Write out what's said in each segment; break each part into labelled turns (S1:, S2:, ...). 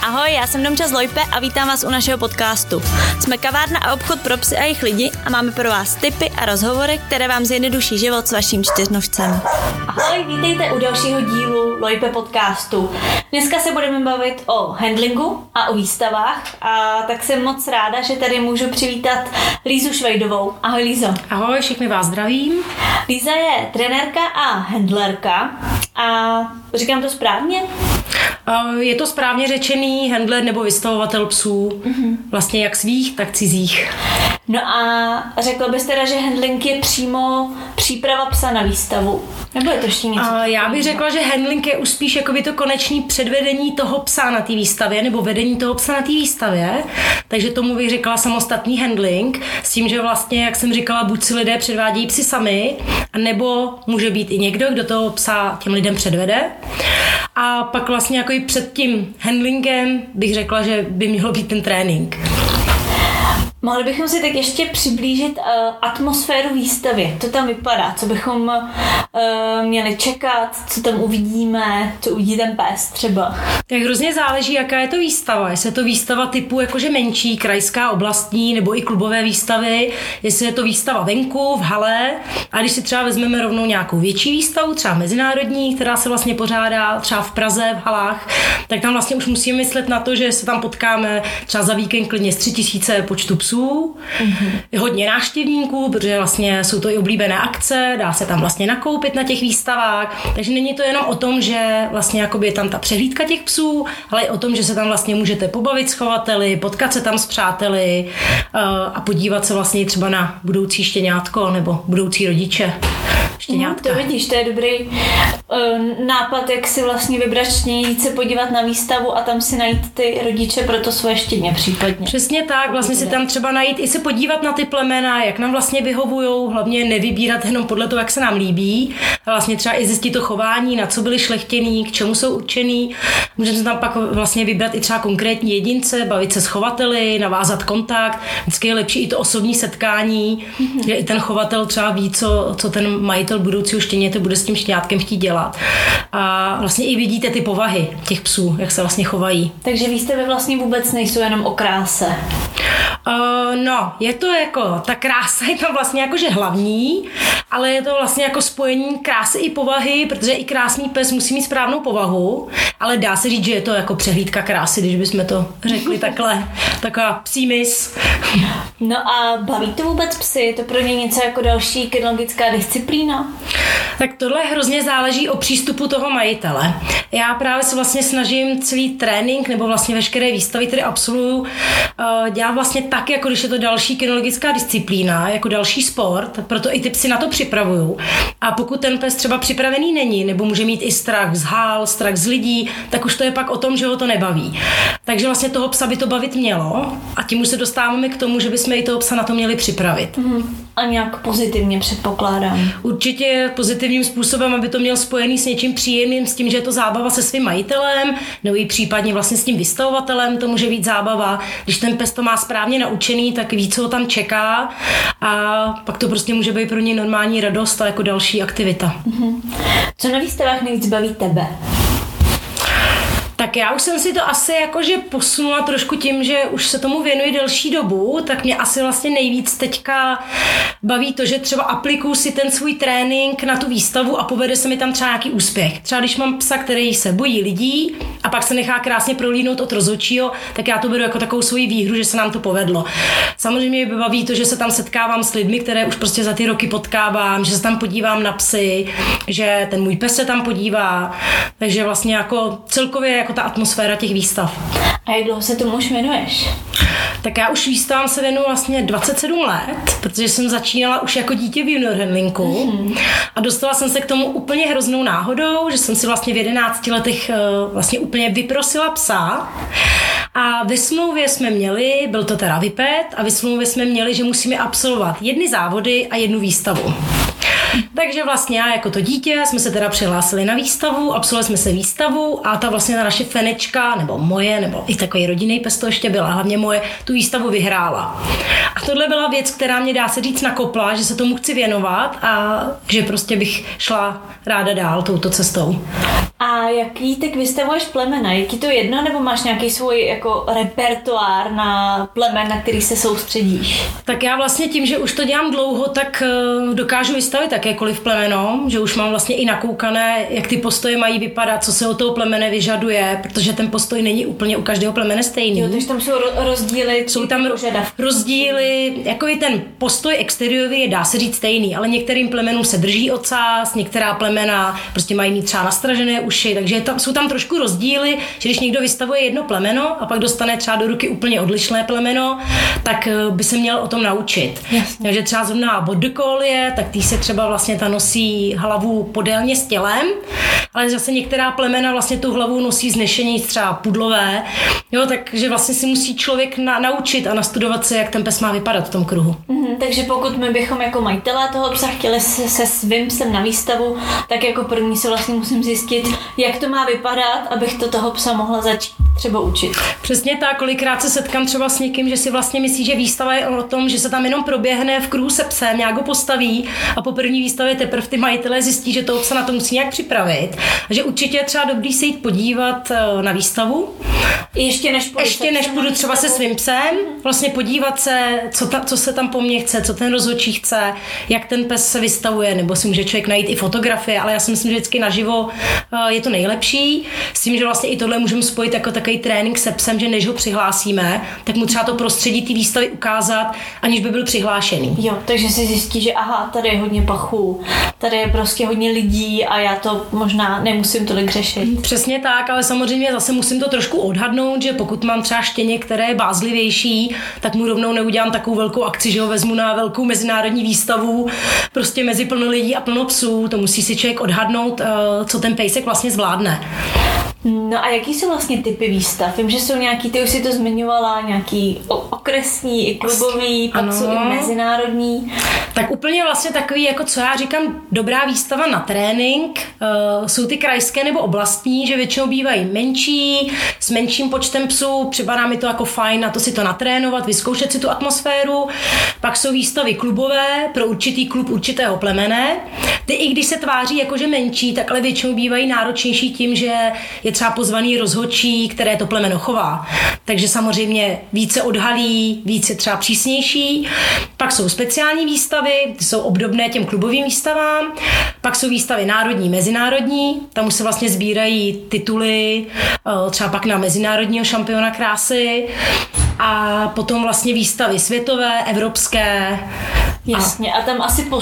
S1: Ahoj, já jsem Domča z Lojpe a vítám vás u našeho podcastu. Jsme kavárna a obchod pro psy a jejich lidi a máme pro vás tipy a rozhovory, které vám zjednoduší život s vaším čtyřnožcem. Ahoj, vítejte u dalšího dílu Lojpe podcastu. Dneska se budeme bavit o handlingu a o výstavách a tak jsem moc ráda, že tady můžu přivítat Lízu Švejdovou. Ahoj Lízo.
S2: Ahoj, všechny vás zdravím.
S1: Líza je trenérka a handlerka a říkám to správně?
S2: Je to správně řečený handler nebo vystavovatel psů, vlastně jak svých, tak cizích.
S1: No a řekla bys teda, že handling je přímo příprava psa na výstavu? Nebo je to ještě něco?
S2: Já bych řekla, že handling je už spíš jakoby to konečný předvedení toho psa na té výstavě, nebo vedení toho psa na té výstavě, takže tomu bych řekla samostatný handling, s tím, že vlastně, jak jsem říkala, buď si lidé předvádějí psy sami, nebo může být i někdo, kdo toho psa těm lidem předvede. A pak vlastně jako i před tím handlingem bych řekla, že by mělo být ten trénink.
S1: Mohli bychom si tak ještě přiblížit atmosféru výstavy. To tam vypadá, co bychom měli čekat, co tam uvidíme, co uvidí ten pes třeba.
S2: Tak hrozně záleží, jaká je to výstava. Jestli je to výstava typu jakože menší, krajská, oblastní nebo i klubové výstavy, jestli je to výstava venku, v hale, a když si třeba vezmeme rovnou nějakou větší výstavu, třeba mezinárodní, která se vlastně pořádá třeba v Praze, v halách, tak tam vlastně už musíme myslet na to, že se tam potkáme třeba za víkend klidně z 3000 počtu psů. Je hodně návštěvníků, protože vlastně jsou to i oblíbené akce, dá se tam vlastně nakoupit na těch výstavách, takže není to jenom o tom, že vlastně jakoby je tam ta přehlídka těch psů, ale i o tom, že se tam vlastně můžete pobavit s chovateli, potkat se tam s přáteli a podívat se vlastně třeba na budoucí štěňátko nebo budoucí rodiče štěňátka.
S1: To vidíš, to je dobrý nápad, jak si vlastně vybrat štěně, jít se podívat na výstavu a tam si najít ty rodiče pro to svoje štěně případně.
S2: Přesně tak, vlastně si tam třeba najít i se podívat na ty plemena, jak nám vlastně vyhovujou, hlavně nevybírat jenom podle toho, jak se nám líbí, a vlastně třeba i zjistit to chování, na co byli šlechtěný, k čemu jsou určený. Můžeme se tam pak vlastně vybrat i třeba konkrétní jedince, bavit se s chovateli, navázat kontakt. Vždycky je lepší i to osobní setkání, že i ten chovatel třeba ví, co ten majitel budoucího štěněte bude s tím štěňátkem chtít dělat. A vlastně i vidíte ty povahy těch psů, jak se vlastně chovají.
S1: Takže výstavy vlastně vůbec nejsou jenom o kráse.
S2: No, je to jako, ta krása je tam vlastně jakože hlavní, ale je to vlastně jako spojení krásy i povahy, protože i krásný pes musí mít správnou povahu, ale dá se říct, že je to jako přehlídka krásy, když bychom to řekli takhle, taková psí mis.
S1: No a baví to vůbec psy? Je to pro ně něco jako další kynologická disciplína?
S2: Tak tohle hrozně záleží o přístupu toho majitele. Já právě se vlastně snažím celý trénink nebo vlastně veškeré výstavy, které absolvuju, dělat vlastně tak, jako když je to další kynologická disciplína, jako další sport, proto i ty psy na to připravuju. A pokud ten pes třeba připravený není, nebo může mít i strach z hal, strach z lidí, tak už to je pak o tom, že ho to nebaví. Takže vlastně toho psa by to bavit mělo a tím už se dostáváme k tomu, že bychom i toho psa na to měli připravit.
S1: A nějak pozitivně předpokládám.
S2: Určitě pozitivním způsobem, aby to měl spojený s něčím příjemným, s tím, že je to zábava se svým majitelem, nebo i případně vlastně s tím vystavovatelem, to může být zábava. Když ten pes to má správně naučený, tak ví, co ho tam čeká a pak to prostě může být pro něj normální radost a jako další aktivita.
S1: Co na výstavách nejvíc baví tebe?
S2: Tak já už jsem si to asi jakože posunula trošku tím, že už se tomu věnuji delší dobu, tak mě asi vlastně nejvíc teďka baví to, že třeba aplikuju si ten svůj trénink na tu výstavu a povede se mi tam třeba nějaký úspěch. Třeba když mám psa, který se bojí lidí a pak se nechá krásně prolínout od rozhodčího, tak já to beru jako takovou svoji výhru, že se nám to povedlo. Samozřejmě mě baví to, že se tam setkávám s lidmi, které už prostě za ty roky potkávám, že se tam podívám na psy, že ten můj pes se tam podívá, takže vlastně jako celkově jako ta atmosféra těch výstav.
S1: A jak dlouho se tomu už věnuješ?
S2: Tak já už výstavám se věnuju vlastně 27 let, protože jsem začínala už jako dítě v junior handlingu a dostala jsem se k tomu úplně hroznou náhodou, že jsem si vlastně v 11 letech vlastně úplně vyprosila psa a ve smlouvě jsme měli, byl to teda vypet, a ve smlouvě jsme měli, že musíme absolvovat 1 závody a 1 výstavu. Takže vlastně já jako to dítě jsme se teda přihlásili na výstavu, absolvovali jsme se výstavu a ta vlastně ta naše Fenečka, nebo moje, nebo i takový rodinný pes to ještě byla, hlavně moje, tu výstavu vyhrála. A tohle byla věc, která mě dá se říct nakopla, že se tomu chci věnovat a že prostě bych šla ráda dál touto cestou.
S1: A jaký tak vystavuješ plemena? Jaký to jedno, nebo máš nějaký svůj jako repertoár na plemen, na který se soustředíš?
S2: Tak já vlastně tím, že už to dělám dlouho, tak dokážu vystavit jakékoliv plemeno, že už mám vlastně i nakoukané, jak ty postoje mají vypadat, co se od toho plemene vyžaduje, protože ten postoj není úplně u každého plemene stejný.
S1: Jo, takže tam jsou rozdíly.
S2: Jsou tam rozdíly, jako i ten postoj exteriérový je, dá se říct, stejný, ale některým plemenům se drží ocas, některá plemena prostě mají mít třeba nastražené uši, takže jsou tam trošku rozdíly, že když někdo vystavuje jedno plemeno a pak dostane třeba do ruky úplně odlišné plemeno, tak by se měl o tom naučit. Jasně. Takže třeba zrovna border collie, tak tý se třeba vlastně ta nosí hlavu podélně s tělem, ale zase některá plemena vlastně tu hlavu nosí znešení, třeba pudlové, jo, takže vlastně si musí člověk naučit a nastudovat se, jak ten pes má vypadat v tom kruhu.
S1: Takže pokud my bychom jako majitelé toho psa chtěli se svým psem na výstavu, tak jako první se vlastně musím zjistit, jak to má vypadat, abych toho psa mohla začít třeba učit.
S2: Přesně tak, kolikrát se setkám třeba s někým, že si vlastně myslí, že výstava je o tom, že se tam jenom proběhne v kruhu se psem, nějak ho postaví a po první výstavě teprve ty majitelé zjistí, že toho psa na to musí nějak připravit. A že určitě je třeba dobrý se jít podívat na výstavu.
S1: Ještě než půjdu
S2: třeba se svým psem, vlastně podívat se, co se tam po mně chce, co ten rozhodčí chce, jak ten pes se vystavuje, nebo si může člověk najít i fotografie, ale já si myslím, že vždycky naživo je to nejlepší. S tím, že vlastně i tohle můžeme spojit jako takový trénink se psem, že než ho přihlásíme, tak mu třeba to prostředí té výstavy ukázat, aniž by byl přihlášený.
S1: Jo, takže si zjistí, že aha, tady je hodně pachů, tady je prostě hodně lidí a já to možná nemusím tolik řešit.
S2: Přesně tak, ale samozřejmě zase musím to trošku odhadnout, že pokud mám třeba štěně, které je bázlivější, tak mu rovnou neudělám takovou velkou akci, že ho vezmu na velkou mezinárodní výstavu, prostě mezi plno lidí a plno psů. To musí si člověk odhadnout, co ten pejsek vlastně zvládne.
S1: No a jaký jsou vlastně typy výstav? Vím, že jsou nějaký, ty už si to zmiňovala, nějaký okresní, i klubový, pak jsou i mezinárodní.
S2: Tak úplně vlastně takový, jako co já říkám, dobrá výstava na trénink, jsou ty krajské nebo oblastní, že většinou bývají menší, s menším počtem psů, připadá mi to jako fajn na to si to natrénovat, vyzkoušet si tu atmosféru. Pak jsou výstavy klubové pro určitý klub určitého plemene. Ty i když se tváří jakože menší, tak ale většinou bývají náročnější tím, že je třeba pozvaný rozhodčí, které to plemeno chová. Takže samozřejmě více odhalí, více třeba přísnější. Pak jsou speciální výstavy, ty jsou obdobné těm klubovým výstavám. Pak jsou výstavy národní, mezinárodní, tam už se vlastně sbírají tituly, třeba pak na mezinárodního šampiona krásy. A potom vlastně výstavy světové, evropské.
S1: Jasně, a tam asi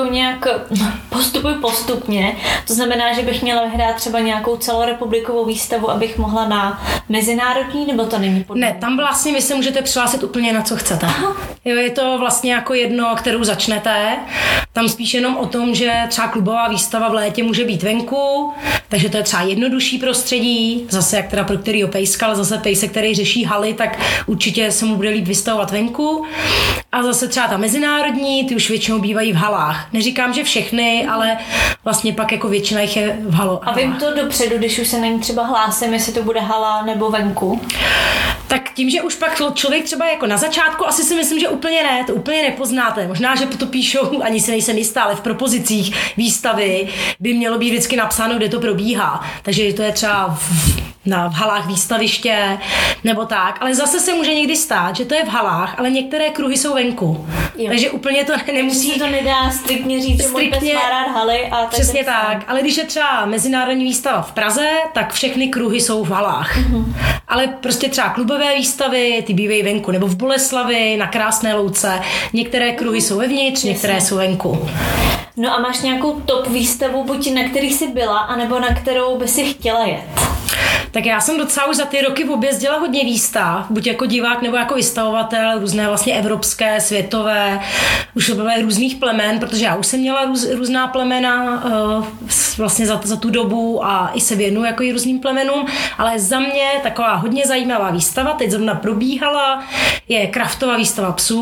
S1: postupuju postupně. To znamená, že bych měla vyhrát třeba nějakou celorepublikovou výstavu, abych mohla na mezinárodní, nebo to není podobné?
S2: Ne, tam vlastně vy se můžete přihlásit úplně na co chcete. Aha. Jo, je to vlastně jako jedno, kterou začnete. Tam spíš jenom o tom, že třeba klubová výstava v létě může být venku, takže to je třeba jednodušší prostředí, zase jak teda pro kterýho pejska, ale zase pejsek, který řeší haly, tak určitě se mu bude líp vystavovat venku. A zase třeba ta mezinárodní, ty už většinou bývají v halách. Neříkám, že všechny, ale vlastně pak jako většina jich je v halách.
S1: A vím to dopředu, když už se na ní třeba hlásím, jestli to bude hala nebo venku?
S2: Tak tím, že už pak člověk třeba jako na začátku, asi si myslím, že úplně ne, to úplně nepoznáte. Možná, že to píšou, ani si nejsem jistá, ale v propozicích výstavy by mělo být vždycky napsáno, kde to probíhá. Takže to je třeba v halách výstaviště nebo tak. Ale zase se může někdy stát, že to je v halách, ale některé kruhy jsou venku. Jo. Takže úplně to nemusí...
S1: Se to nedá striktně říct, že můj pes má rád haly. A tak
S2: přesně tak. Ale když je třeba mezinárodní výstava v Praze, tak všechny kruhy jsou v halách. Ale prostě třeba klubové výstavy, ty bývají venku, nebo v Boleslavi, na Krásné Louce. Některé kruhy jsou vevnitř, některé jsou venku.
S1: No a máš nějakou top výstavu, buď na který jsi byla, anebo na kterou by si chtěla jet?
S2: Tak já jsem docela už za ty roky objezdila hodně výstav, buď jako divák nebo jako vystavovatel, různé vlastně evropské, světové, už různých plemen, protože já už jsem měla různá plemena vlastně za tu dobu a i se věnuju jako i různým plemenům, ale za mě taková hodně zajímavá výstava, teď zrovna probíhala, je kraftová výstava psů.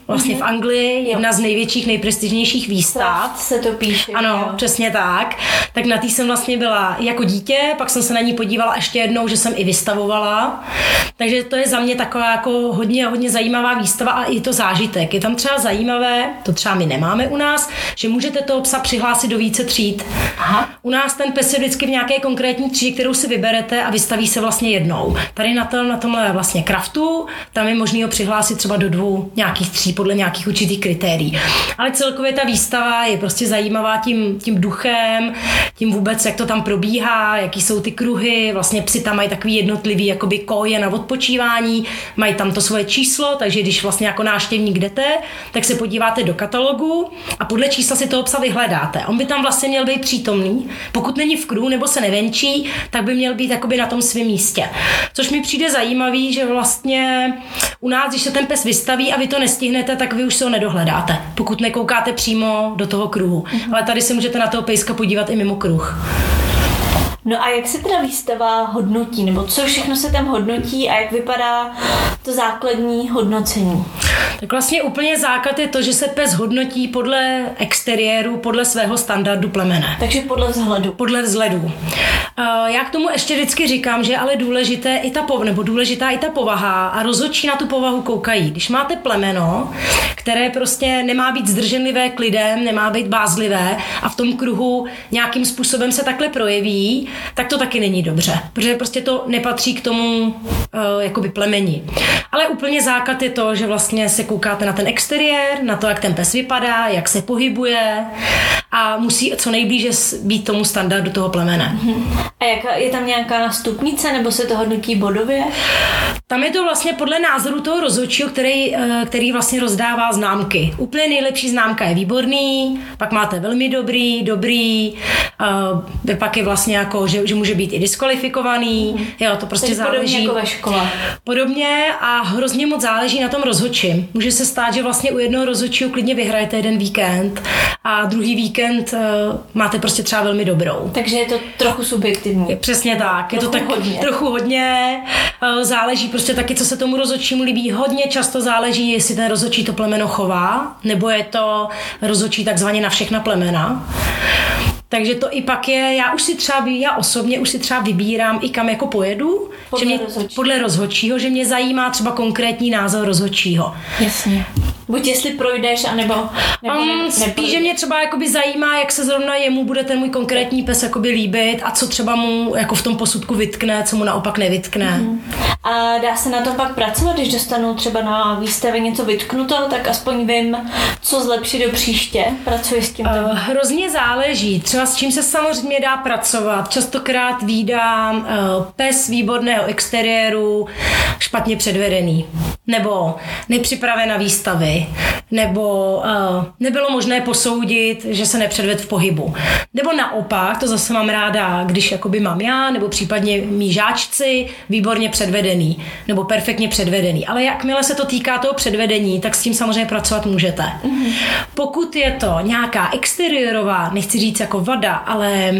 S2: vlastně v Anglii, jedna z největších, nejprestižnějších výstav.
S1: Se to píše.
S2: Ano,
S1: jo.
S2: přesně tak. Tak na té jsem vlastně byla jako dítě, pak jsem se na ní podívala ještě jednou, že jsem i vystavovala. Takže to je za mě taková jako hodně zajímavá výstava a i to zážitek. Je tam třeba zajímavé, to třeba my nemáme u nás, že můžete toho psa přihlásit do více tříd.
S1: Aha.
S2: U nás ten pes je vždycky v nějaké konkrétní třídě, kterou si vyberete a vystaví se vlastně jednou. Tady na tomhle vlastně craftu, tam je možný ho přihlásit třeba do 2 nějakých tříd podle nějakých určitých kritérií. Ale celkově ta výstava je prostě zajímavá tím duchem, tím vůbec, jak to tam probíhá, jaký jsou ty kruhy, vlastně psi tam mají takový jednotlivý jakoby koje na odpočívání, mají tam to svoje číslo, takže když vlastně jako návštěvník jdete, tak se podíváte do katalogu a podle čísla si toho psa vyhledáte. On by tam vlastně měl být přítomný, pokud není v kruhu nebo se nevenčí, tak by měl být jakoby na tom svém místě. Což mi přijde zajímavý, že vlastně u nás, když se ten pes vystaví a vy to nestihnete, tak vy už se ho nedohledáte, pokud nekoukáte přímo do toho kruhu. Ale tady se můžete na toho pejska podívat i mimo kruh.
S1: No a jak se teda výstava hodnotí, nebo co všechno se tam hodnotí a jak vypadá to základní hodnocení?
S2: Tak vlastně úplně základ je to, že se pes hodnotí podle exteriéru, podle svého standardu plemene.
S1: Takže podle vzhledu.
S2: Podle vzhledu. Já k tomu ještě vždycky říkám, že je ale důležitá i ta povaha a rozhodčí na tu povahu koukají. Když máte plemeno, které prostě nemá být zdrženlivé k lidem, nemá být bázlivé a v tom kruhu nějakým způsobem se takhle projeví, tak to taky není dobře, protože prostě to nepatří k tomu jakoby plemeni. Ale úplně základ je to, že vlastně se koukáte na ten exteriér, na to, jak ten pes vypadá, jak se pohybuje a musí co nejblíže být tomu standardu toho plemene.
S1: A je tam nějaká stupnice, nebo se to hodnotí bodově?
S2: Tam je to vlastně podle názoru toho rozhodčího, který vlastně rozdává známky. Úplně nejlepší známka je výborný, pak máte velmi dobrý, pak je vlastně jako, že může být i diskvalifikovaný, jo, to prostě záleží.
S1: Podobně jako ve škole.
S2: Podobně a hrozně moc záleží na tom rozhodčím. Může se stát, že vlastně u jednoho rozhodčího klidně vyhrajete jeden víkend a druhý víkend máte prostě třeba velmi dobrou.
S1: Takže je to trochu subjektivní.
S2: Přesně tak, je to tak trochu hodně, záleží prostě taky, co se tomu rozhodčímu líbí. Hodně často záleží, jestli ten rozhodčí to plemeno chová, nebo je to rozhodčí takzvaně na všechna plemena. Takže to i pak je, já osobně už si třeba vybírám i kam jako pojedu, podle rozhodčího, že mě zajímá třeba konkrétní názor rozhodčího.
S1: Jasně. Buď jestli projdeš, anebo
S2: spíš, že mě třeba jakoby zajímá, jak se zrovna jemu bude ten můj konkrétní pes jakoby líbit a co třeba mu jako v tom posudku vytkne, co mu naopak nevytkne.
S1: A dá se na tom pak pracovat, když dostanu třeba na výstavě něco vytknuto, tak aspoň vím, co zlepšit do příště. Pracuji s tím.
S2: Hrozně záleží. Třeba s čím se samozřejmě dá pracovat. Častokrát vídám pes výborného exteriéru, špatně předvedený, nebo nepřipravená výstavy, nebo nebylo možné posoudit, že se nepředved v pohybu. Nebo naopak, to zase mám ráda, když jakoby mám já, nebo případně mý žáčci, výborně předvedený, nebo perfektně předvedený. Ale jakmile se to týká toho předvedení, tak s tím samozřejmě pracovat můžete. Pokud je to nějaká exteriérová, nechci říct jako vada, ale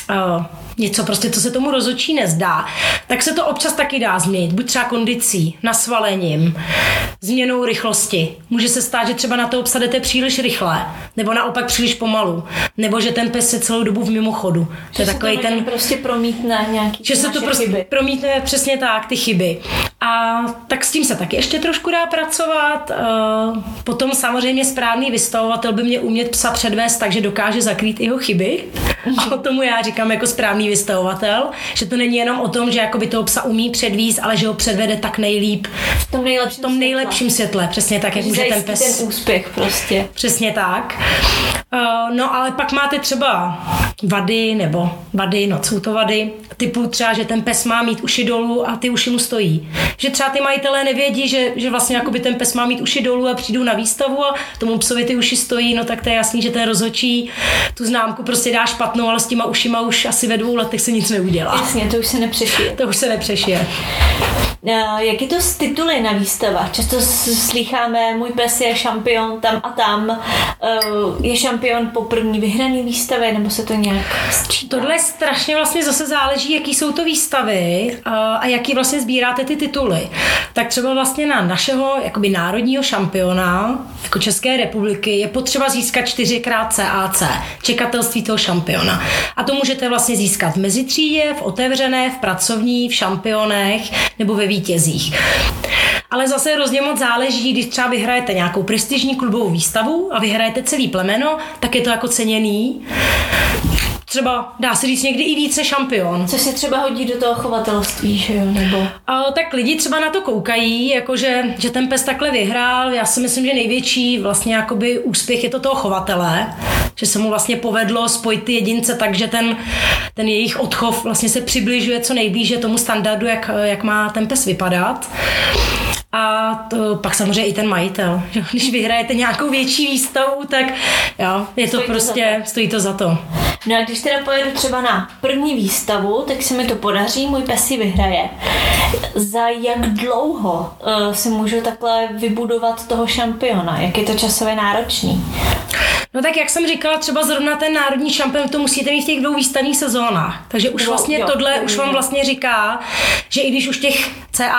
S2: něco prostě, co se tomu rozhodčí nezdá, tak se to občas taky dá změnit. Buď třeba kondicí, nasvalením, změnou rychlosti. Může se stát, že třeba na toho psa jdete příliš rychle, nebo naopak příliš pomalu, nebo že ten pes je celou dobu v mimochodu.
S1: To je takový ten prostě promítne nějaký
S2: že se to prostě chyby. Promítne přesně tak, ty chyby. A tak s tím se taky ještě trošku dá pracovat. Potom samozřejmě správný vystavovatel by mě umět psa předvést tak, že dokáže zakrýt jeho chyby. A tomu já říkám jako správný vystavovatel, že to není jenom o tom, že jakoby toho psa umí předvíst, ale že ho předvede tak nejlíp v tom nejlepším světle. Přesně tak, jak může ten pes.
S1: Ten úspěch prostě.
S2: Přesně tak. No ale pak máte třeba vady, co jsou to vady, typu třeba, že ten pes má mít uši dolů a ty uši mu stojí. Že třeba ty majitelé nevědí, že vlastně jakoby ten pes má mít uši dolů a přijdou na výstavu a tomu psovi ty uši stojí, no tak to je jasný, že ten rozhodčí tu známku prostě dá špatnou, ale s těma ušima už asi ve 2 letech se nic neudělá.
S1: Jasně, to už se nepřešije. Jak je to s tituly na výstavách? Často slýcháme, můj pes je šampion tam a tam. Je šampion po první vyhraný výstavě, nebo se to nějak?
S2: Tohle strašně vlastně zase záleží, jaký jsou to výstavy a jaký vlastně sbíráte ty tituly. Tak třeba vlastně na našeho jakoby národního šampiona jako České republiky je potřeba získat 4x CAC, čekatelství toho šampiona. A to můžete vlastně získat v mezitřídě, v otevřené, v pracovní, v šampionech nebo ve vítězích. Ale zase hrozně moc záleží, když třeba vyhrajete nějakou prestižní klubovou výstavu a vyhrajete celý plemeno, tak je to jako ceněný. Třeba dá se říct někdy i více šampion.
S1: Co se třeba hodí do toho chovatelství, že jo? Nebo...
S2: Tak lidi třeba na to koukají, jakože, že ten pes takhle vyhrál. Já si myslím, že největší vlastně jakoby úspěch je to toho chovatele, že se mu vlastně povedlo spojit ty jedince tak, že ten jejich odchov vlastně se přibližuje co nejblíže tomu standardu, jak má ten pes vypadat. A to pak samozřejmě i ten majitel. Když vyhrajete nějakou větší výstavu, tak jo, je to stojí to za to.
S1: No a když teda pojedu třeba na první výstavu, tak se mi to podaří, můj pes si vyhraje. Za jak dlouho si můžu takhle vybudovat toho šampiona? Jak je to časově náročný?
S2: No tak jak jsem říkala, třeba zrovna ten národní šampion to musíte mít v těch 2 výstavních sezónách. Takže už vlastně tohle už vám vlastně říká, že i když už těch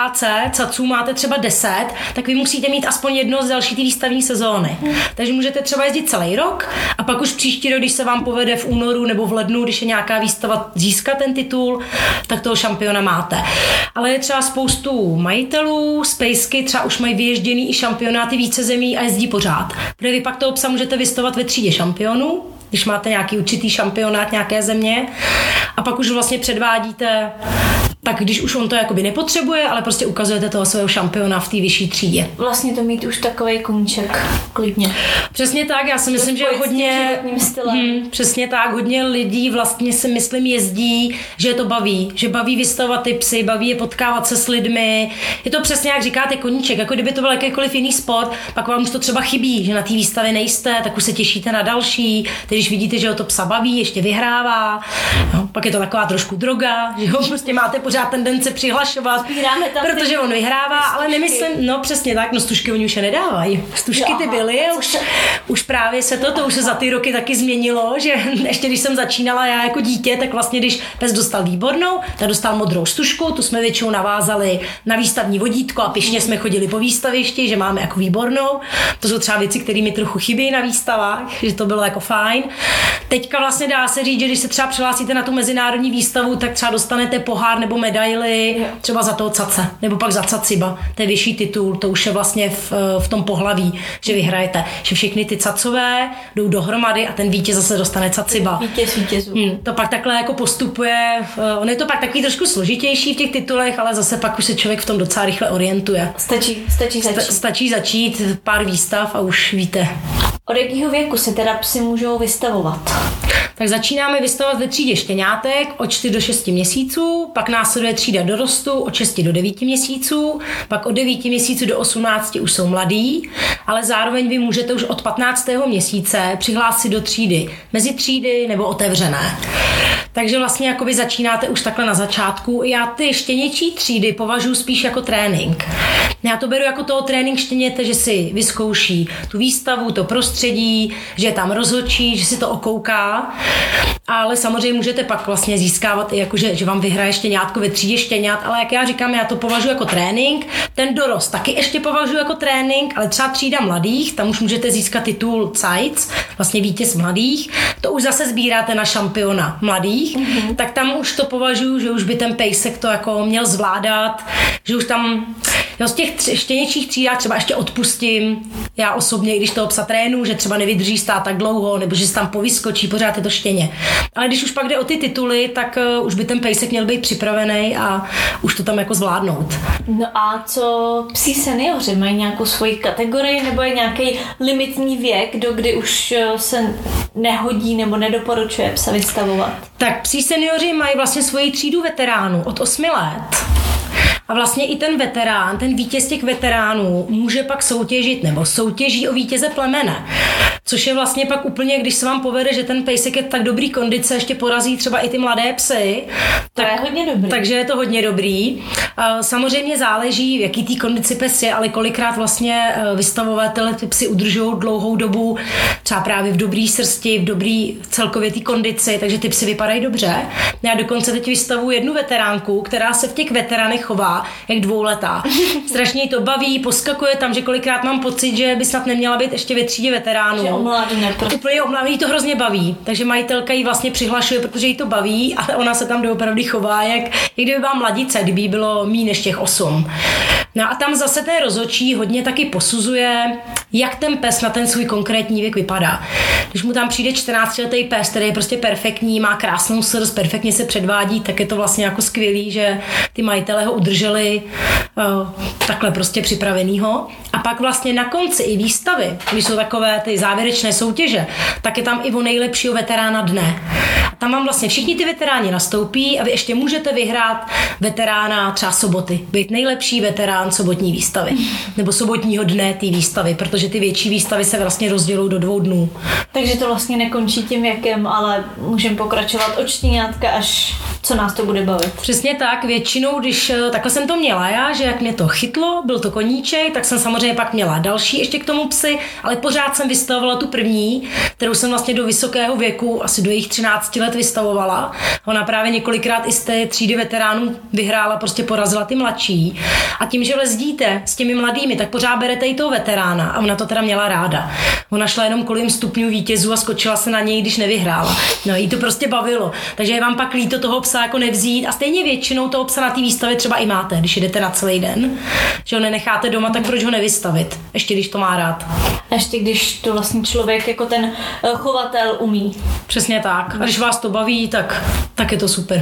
S2: caců máte třeba 10, tak vy musíte mít aspoň jedno z další té výstavní sezóny. Takže můžete třeba jezdit celý rok a pak už příští rok, když se vám povede v únoru nebo v lednu, když je nějaká výstava, získat ten titul, tak toho šampiona máte. Ale je třeba spoustu majitelů, Spacey třeba už mají vyježděný i šampionáty více zemí a jezdí pořád. Protože vy pak toho psa můžete vystavovat ve třídě šampionů, když máte nějaký určitý šampionát nějaké země a pak už vlastně předvádíte, tak když už on to jakoby nepotřebuje, ale prostě ukazujete toho svého šampiona v té vyšší třídě.
S1: Vlastně to mít už takovej koníček klidně.
S2: Přesně tak, já si myslím, že hodně přesně tak, hodně lidí vlastně si myslím jezdí, že je to baví, že baví vystavovat ty psy, baví je potkávat se s lidmi. Je to přesně jak říkáte koníček, jako kdyby to byl jakýkoliv jiný sport, pak vám už to třeba chybí, že na té výstavě nejste, tak už se těšíte na další. Teď, když vidíte, že ho to psa baví, ještě vyhrává, no, pak je to taková trošku droga, že ho prostě máte pořád tendence přihlašovat, protože on vyhrává, ale nemyslím, no přesně tak, no stužky oni už je nedávají. Stužky ty byly, už právě se to už se za ty roky taky změnilo, že ještě když jsem začínala já jako dítě, tak vlastně když pes dostal výbornou, tak dostal modrou stužku, tu jsme většinou navázali na výstavní vodítko a pyšně jsme chodili po výstavišti, že máme jako výbornou. To jsou třeba věci, které mi trochu chybí na výstavách, že to bylo jako fajn. Teďka vlastně dá se říct, že když se třeba přihlásíte na tu mezinárodní výstavu, tak třeba dostanete pohár nebo medaili třeba za toho cace, nebo pak za caciba. To je vyšší titul, to už je vlastně v tom pohlaví, že vyhrajete. Že všechny ty cacové jdou dohromady a ten vítěz zase dostane caciba.
S1: Vítězů.
S2: To pak takhle jako postupuje. On je to pak takový trošku složitější v těch titulech, ale zase pak už se člověk v tom docela rychle orientuje. Stačí začít pár výstav a už víte.
S1: Od jakého věku se teda psi můžou vystavovat?
S2: Tak začínáme vystavovat ve třídě štěňátek od 4 do 6 měsíců, pak následuje třída dorostu od 6 do 9 měsíců, pak od 9 měsíců do 18 už jsou mladí, ale zároveň vy můžete už od 15. měsíce přihlásit do třídy mezitřídy nebo otevřené. Takže vlastně jakoby začínáte už takhle na začátku. Já ty štěněčí třídy považuji spíš jako trénink. Já to beru jako toho trénink štěněte, že si vyzkouší tu výstavu, to prostředí, že je tam rozhodčí, že si to okouká. Ale samozřejmě můžete pak vlastně získávat i jako, že vám vyhraje štěňátko ve třídě štěňat, ale jak já říkám, já to považuji jako trénink. Ten dorost taky ještě považuji jako trénink, ale třeba třída mladých, tam už můžete získat titul Zeitz, vlastně vítěz mladých. To už zase sbíráte na šampiona mladých, tak tam už to považuji, že už by ten pejsek to jako měl zvládat, že už tam z těch štěněčích třídách třeba ještě odpustím. Já osobně, když toho psa trénu, že třeba nevydrží stát tak dlouho, nebo že se tam povyskočí, pořád je to štěně. Ale když už pak jde o ty tituly, tak už by ten pejsek měl být připravený a už to tam jako zvládnout.
S1: No a co psi seniori? Mají nějakou svoji kategorii nebo je nějaký limitní věk, do kdy už se nehodí nebo nedoporučuje psa vystavovat?
S2: Tak psi seniori mají vlastně svoji třídu veteránů od 8 let. A vlastně i ten veterán, ten vítěz těch veteránů může pak soutěžit nebo soutěží o vítěze plemene. což je vlastně pak úplně, když se vám povede, že ten pejsek je tak dobrý kondice, ještě porazí třeba i ty mladé psy.
S1: To je hodně dobrý.
S2: Takže je to hodně dobrý. Samozřejmě záleží, v jaký té kondici pes je, ale kolikrát vlastně vystavovatele ty psy udržují dlouhou dobu, třeba právě v dobrý srsti, v dobrý celkově té kondici, takže ty psy vypadají dobře. Já dokonce teď vystavuju jednu veteránku, která se v těch veteránech chová jak dvouletá. Strašně jí to baví, poskakuje tam, že kolikrát mám pocit, že by snad neměla být ještě ve třídě veteránů.
S1: Že omládne.
S2: Úplně omládne, jí to hrozně baví. Takže majitelka jí vlastně přihlašuje, protože jí to baví, ale ona se tam doopravdy chová, jak kdyby byla mladice, kdyby jí bylo míň než těch 8. No a tam zase ten rozhodčí hodně taky posuzuje, jak ten pes na ten svůj konkrétní věk vypadá. Když mu tam přijde 14letý pes, který je prostě perfektní, má krásnou srst, perfektně se předvádí, tak je to vlastně jako skvělý, že ty majitelé ho udrželi takhle prostě připravenýho. A pak vlastně na konci i výstavy, když jsou takové ty závěrečné soutěže, tak je tam i o nejlepšího veterána dne. A tam vám vlastně všichni ty veteráni nastoupí a vy ještě můžete vyhrát veterána třeba soboty. Být nejlepší veterán sobotní výstavy. Nebo sobotního dne té výstavy, protože ty větší výstavy se vlastně rozdělují do 2 dnů.
S1: Takže to vlastně nekončí tím věkem, ale můžeme pokračovat od štěňátka až co nás to bude bavit.
S2: Přesně tak, většinou, když takhle jsem to měla já, že jak mě to chytlo, byl to koníček, tak jsem samozřejmě pak měla další ještě k tomu psy, ale pořád jsem vystavovala tu první, kterou jsem vlastně do vysokého věku, asi do jejich 13 let vystavovala. Ona právě několikrát i z té třídy veteránů vyhrála, prostě porazila ty mladší. A tím, že lezdíte s těmi mladými, tak pořád berete i toho veterána a ona to teda měla ráda. Ona šla jenom kolem stupňů vítězů a skočila se na něj, když nevyhrála. No, jí to prostě bavilo. Takže je vám pak líto toho psa jako nevzít a stejně většinou toho psa na té výstavě třeba i máte, když jdete na celý den. Že ho nenecháte doma, tak proč ho nevystavit? Ještě když to má rád.
S1: A ještě když to vlastně člověk jako ten chovatel umí.
S2: Přesně tak. A když vás to baví, tak je to super.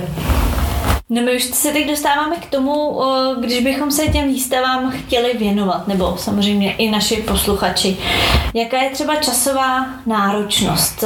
S1: No my už se teď dostáváme k tomu, když bychom se těm výstavám chtěli věnovat, nebo samozřejmě i naši posluchači. Jaká je třeba časová náročnost,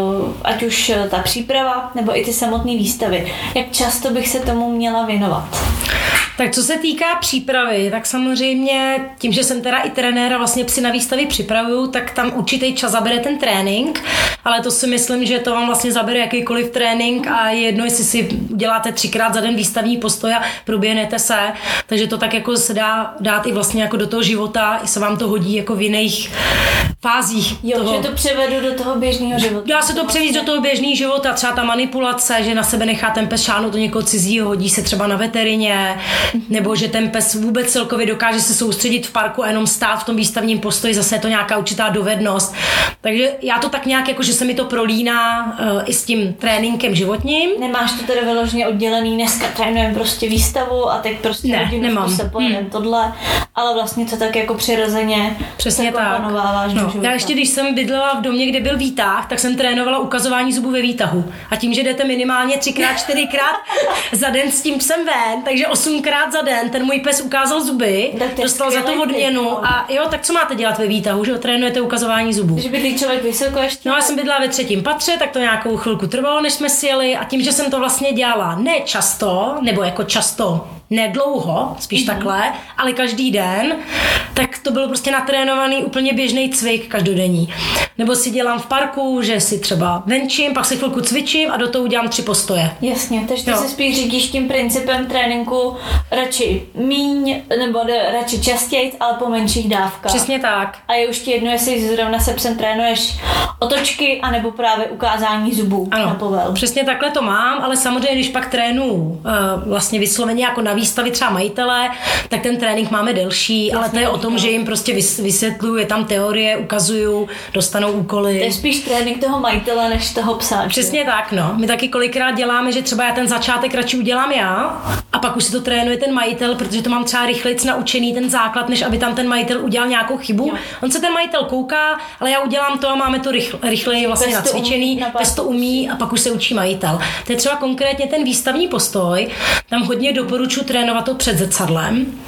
S1: ať už ta příprava, nebo i ty samotné výstavy? Jak často bych se tomu měla věnovat?
S2: Tak co se týká přípravy, tak samozřejmě tím, že jsem teda i trenéra vlastně psy na výstavy připravuju, tak tam určitý čas zabere ten trénink, ale to si myslím, že to vám vlastně zabere jakýkoliv trénink a je jedno, jestli si uděláte 3krát za den výstavní postoj a proběhnete se, takže to tak jako se dá dát i vlastně jako do toho života, i se vám to hodí jako v jiných fázích.
S1: Jo, toho. Že to převedu do toho běžného života.
S2: Dá se to převést do toho běžného života, třeba ta manipulace, že na sebe nechá ten pes šáhnout do někoho cizího, hodí se třeba na veterině, nebo že ten pes vůbec celkově dokáže se soustředit v parku a jenom stát v tom výstavním postoji, zase je to nějaká určitá dovednost. Takže já to tak nějak, jako že se mi to prolíná i s tím tréninkem životním.
S1: Nemáš to teda vyloženě oddělený, dneska trénujeme prostě výstavu a teď prostě hodinu se pojedeme tohle, ale vlastně to tak jako přirozeně
S2: přesně tak. No, já ještě když jsem bydlela v domě, kde byl výtah, tak jsem trénovala ukazování zubů ve výtahu. A tím, že jdete minimálně 3x, 4x za den s tím psem ven, takže 8krát za den ten můj pes ukázal zuby, dostal za to odměnu a jo, tak co máte dělat ve výtahu, že trénujete ukazování zubů.
S1: Že bydlí člověk vysoko ještě.
S2: No já jsem bydlela ve 3. patře, tak to nějakou chvilku trvalo, než jsme si jeli a tím, že jsem to vlastně dělala ne často, nebo jako často, nedlouho, spíš takhle, ale každý den, tak to bylo prostě natrénovaný úplně běžný cvik každodenní. Nebo si dělám v parku, že si třeba venčím, pak si chvilku cvičím a do toho udělám 3 postoje.
S1: Jasně, takže ty se spíš řídíš tím principem tréninku radši míň, nebo radši častěji, ale po menších dávkách.
S2: Přesně tak.
S1: A je už ti jedno, jestli zrovna se psem trénuješ otočky, anebo právě ukázání zubů na povel.
S2: Přesně takhle to mám, ale samozřejmě, když pak trénu vlastně vysloveně jako na výstavy třeba majitele, tak ten trénink máme delší, ale to je o tom, že jim prostě vysvětluju, je tam teorie, ukazuju, dostanou úkoly.
S1: To je spíš trénink toho majitele, než toho psa.
S2: Přesně tak, no. My taky kolikrát děláme, že třeba já ten začátek radši udělám já a pak už si to trénuje ten majitel, protože to mám třeba rychlejc naučený ten základ, než aby tam ten majitel udělal nějakou chybu. Jo. On se ten majitel kouká, ale já udělám to a máme to rychleji vlastně nacvičený, pes to umí a pak už se učí majitel. To je třeba konkrétně ten výstavní postoj, tam hodně doporučuji trénovat to před zrcadlem,